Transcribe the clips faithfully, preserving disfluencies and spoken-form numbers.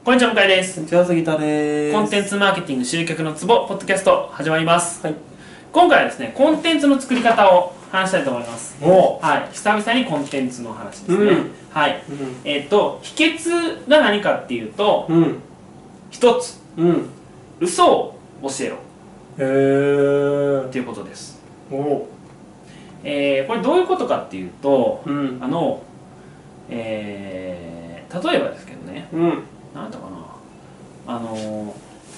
こんにちは、向井です。 こんにちは、杉田です。 コンテンツマーケティング集客のツボポッドキャスト始まります。 はい。 今回はですね、コンテンツの作り方を話したいと思います。 おはい、久々にコンテンツの話ですね。 うん、 はい。 うん、 えっと秘訣が何かっていうと、 うん、 一つ、 うん。 嘘を教えろへー。 っていうことです。 おえー、これどういうことかっていうと、 うん、 あの、えー、例えばですけどね、 うん、 なんだかな、あのー、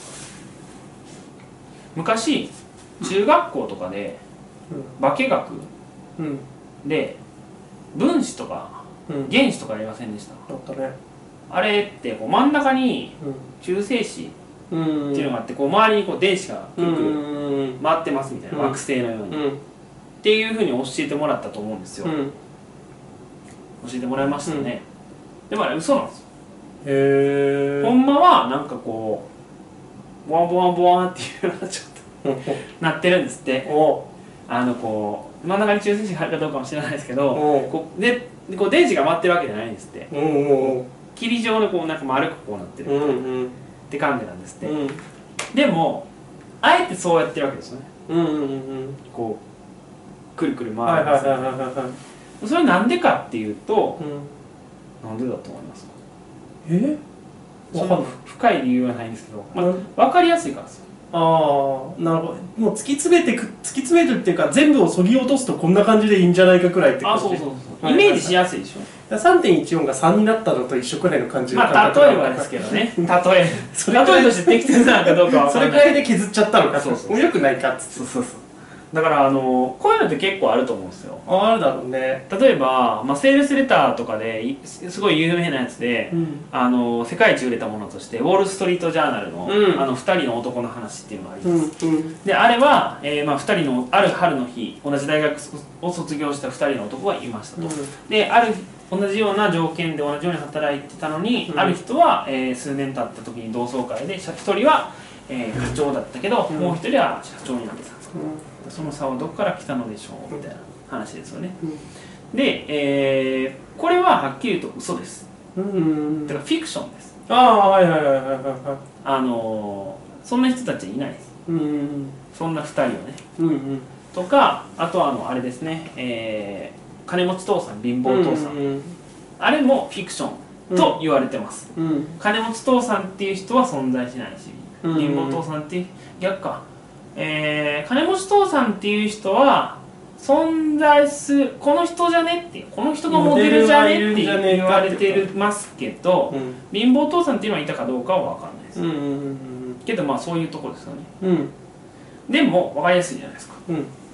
昔中学校とかで化学うん、 で分子とかうん。 原子とかありませんでした？ だったね。 あれってこう真ん中に中性子っうん。 ていうのがあって、こう周りにこう電子がくるくるうん。 回ってますみたいな、 うん惑星のように、 うん。 っていうふうに教えてもらったと思うんですよ。 うん。 教えてもらいましたよね。でもあれ嘘なんですよ。 へー。 ほんまはなんかこうボワンボワンボワンっていうようなちょっとなってるんですって。 おあのこう真ん中に中性子があるかどうかも知らないですけど、 おこうでこう電子が回ってるわけじゃないんですって。 おお霧状のこうなんか丸くこうなってるうんうんって感じなんですって。 うんでもあえてそうやってるわけですよね。 うんうんうんこうくるくるはい回るんですよ。 はいはいはいはいそれなんでかっていうと、 うんなんでだと思いますか？ えその深い理由はないんですけど、まあ、 うん分かりやすいからですよ。 ああ、なるほど。もう突き詰めてく、突き詰めるっていうか、全部を削ぎ落とすとこんな感じでいいんじゃないかくらいって感じ。 あ、そうそうそう。イメージしやすいでしょ。 さんてんいちよんがさんになったのと一緒くらいの感じのまあ感覚例えばですけどね。例え。 それくらい例えとして適切なのかどうかは分それくからない。 らいで削っちゃったのか。 そうそうそうもうよくないかっつって。 そうそうそう。だからあのこういうのって結構あると思うんですよ。 あるだろうね。 例えば、まあ、セールスレターとかですごい有名なやつで、 うん、 あの世界一売れたものとしてウォール・ストリート・ジャーナルの,、 うん、 あのふたりの男の話っていうのがありうん、 ます。 うん、 であれは、えーまあ、ふたりのある春の日同じ大学を卒業したふたりの男がいましたと。 うん、 である同じような条件で同じように働いてたのに、 うん、 ある人は、えー数年経った時に同窓会でひとりは、えー課長だったけど、 うん、 もうひとりは社長になってた。 うんその差はどこから来たのでしょうみたいな話ですよね。 うんで、えーこれははっきり言うと嘘です。 うんうんだからフィクションです。 ああ、はいはいはいはいはいはあのーそんな人たちはいないです。 い。うんそんなふたりをね。 うんうんとか、あとはあのあれですね、えー金持ち父さん、貧乏父さん、 うんあれもフィクションと言われてます。 うん金持ち父さんっていう人は存在しないし、 うん貧乏父さんっていう逆か、えー金持ち父さんっていう人は存在する、この人じゃねっていう、この人がモデルじゃねって言われてますけど、 うん貧乏父さんっていうのはいたかどうかは分かんないです、 うんうんけどまあそういうところですよね。 うんうんでも分かりやすいじゃないですか、 うん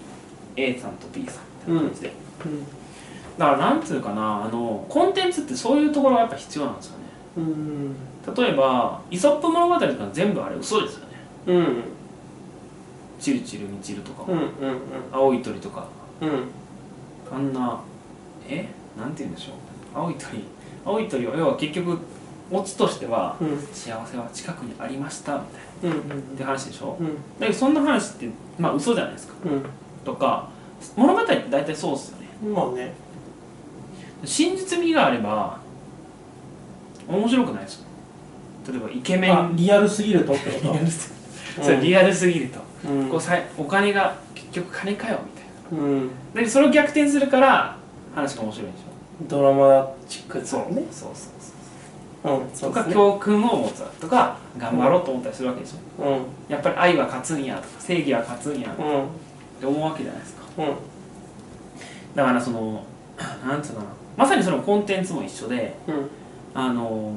A さんと B さんみたいな感じで、 うんだからなんつうかな、あのコンテンツってそういうところがやっぱ必要なんですよね。 うん例えばイソップ物語とか全部あれ嘘ですよね。 うんチルチルミチルとか、 うんうん青い鳥とか、 うんあんな、えなんて言うんでしょう、青い鳥青い鳥は要は結局オチとしては、 うん幸せは近くにありましたみたいなうんうんって話でしょ、 うんだけどそんな話ってまあ嘘じゃないですか。 うとか物語って大体そうですよね。 んまあね真実味があれば面白くないですよ。例えばイケメンあリアルすぎるとってことリアルすそれリアルすぎると、 うんこうさお金が結局金かよみたいな。 うんだけどそれを逆転するから話が面白いんでしょ。 ドラマチックですそうよねそうそうそううんそとかうですね教訓を持つとか頑張ろうと思ったりするわけでしょ。 うんやっぱり愛は勝つんやとか正義は勝つんやっうんて思うわけじゃないですか。 うんだからそのなんつうかな、まさにそのコンテンツも一緒で、 うんあの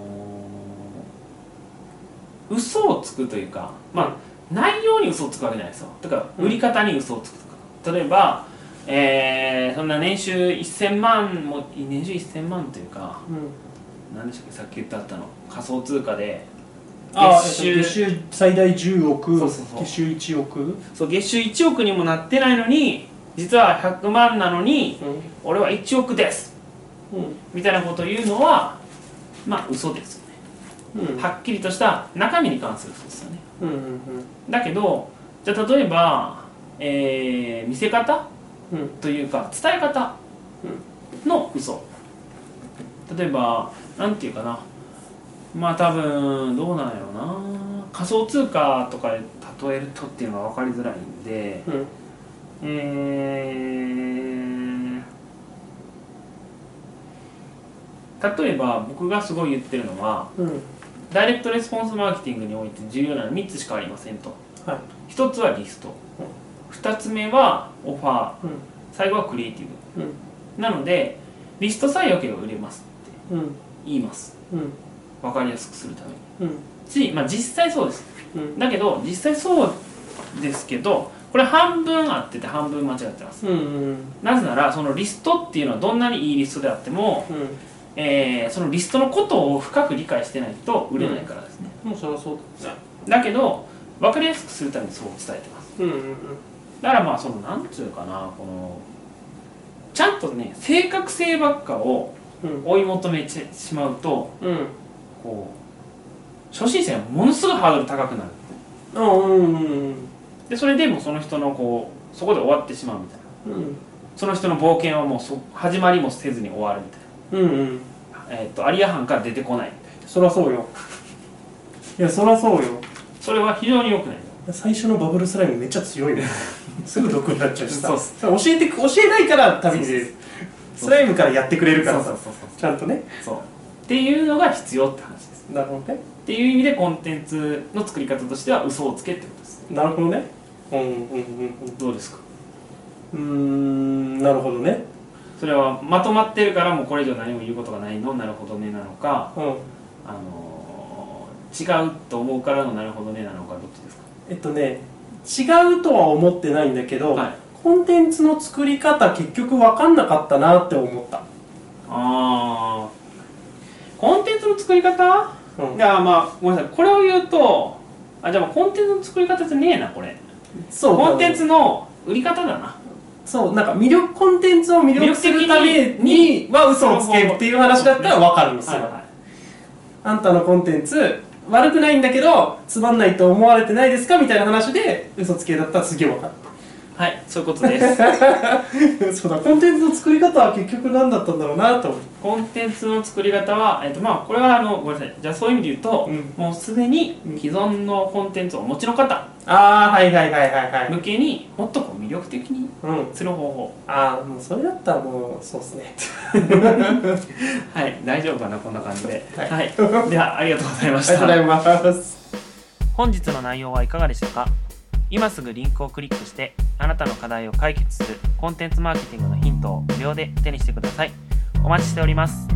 ー、嘘をつくというか、まあ内容に嘘をつくわけじゃないですよ。だから売り方に嘘をつくとか、例えば、えー、そんな年収せんまんも年収せんまんというか、 うん何でしたっけ、さっき言ってあったの仮想通貨であ月収、 月収最大じゅうおくそうそうそう月収いちおくそう月収いちおくにもなってないのに実はひゃくまんなのに、 うん俺はいちおくですうんみたいなことを言うのはまあ嘘ですよね。 うんはっきりとした中身に関する嘘ですよね。 うんうんだけどじゃあ例えば、えー見せ方うんというか伝え方の嘘、例えばなんていうかな、 まあ多分どうなんやろうな、仮想通貨とかで例えるとっていうのが分かりづらいんで、 うん、 えー、例えば僕がすごい言ってるのは、 うん、 ダイレクトレスポンスマーケティングにおいて重要なのはみっつしかありませんと。 はい、 ひとつはリスト、ふたつめはオファー、 うん、 最後はクリエイティブ、 うん、 なのでリストさえ良ければ売れますってうん、 言います、 うん、 分かりやすくするためにうん、 し、まあ、実際そうです、 うん、 だけど実際そうですけど、これ半分合ってて半分間違ってます、 うん、 なぜならそのリストっていうのはどんなにいいリストであっても、 うん、 えーそのリストのことを深く理解してないと売れないからですね、 もうそりゃそうだね。 だけど分かりやすくするためにそう伝えてます。 うん、うん、 だからまあそのなんつうかな、このちゃんとね正確性ばっかをうん、 追い求めてしまうと、 うん、 こう初心者はものすごいハードル高くなる。 うん、うん、うん、 でそれでもその人のこうそこで終わってしまうみたいな、 うん、 その人の冒険はもうそ始まりもせずに終わるみたいうん、うん、 な、えー、とアリア班から出てこないみたいな、 そりゃそうよ。いや、そりゃそうよ。 それは非常に良くない。 最初のバブルスライムめっちゃ強いね。すぐ毒になっちゃうしさ。 そうっそれ教えて、教えないから旅に出る。スライムからやってくれるからさ、 そうそうそうそうちゃんとね。 そうっていうのが必要って話です。 なるほどね。 っていう意味でコンテンツの作り方としては嘘をつけってことです。 なるほどね。うん、うん、うん、 どうですか。 うん。うーん、なるほどね。 それはまとまってるからもうこれ以上何も言うことがないのなるほどねなのか、 うん。 あのー違うと思うからのなるほどねなのか、どっちですか。 えっとね、違うとは思ってないんだけど、 はい、 コンテンツの作り方結局分かんなかったなって思った。 あーコンテンツの作り方、 うん、 いやまあごめんなさい、これを言うとあじゃあもうコンテンツの作り方じゃねえなこれ。 そうコンテンツの売り方だな。 そうなんか魅力コンテンツを魅力するためには嘘をつけっていう話だったら分かるんですよ、 はいはい、 あんたのコンテンツ悪くないんだけどつまんないと思われてないですかみたいな話で嘘つけだったらすげえ分かる。 はい、そういうことですそうだ、コンテンツの作り方は結局何だったんだろうなと思って。 コンテンツの作り方は、えっとまあ、これはあのごめんなさい、じゃあそういう意味で言うと、 うんもうすでに既存のコンテンツをお持ちの方ああはいはいはいはいはい向けにもっとこう魅力的にうんする方法、 ああもうそれだったらもうそうですねはい大丈夫かなこんな感じで、 はいはい、ではありがとうございましありがとうごた。 ざいます。 本日の内容はいかがでしたか。今すぐリンクをクリックしてあなたの課題を解決するコンテンツマーケティングのヒントを無料で手にしてください。お待ちしております。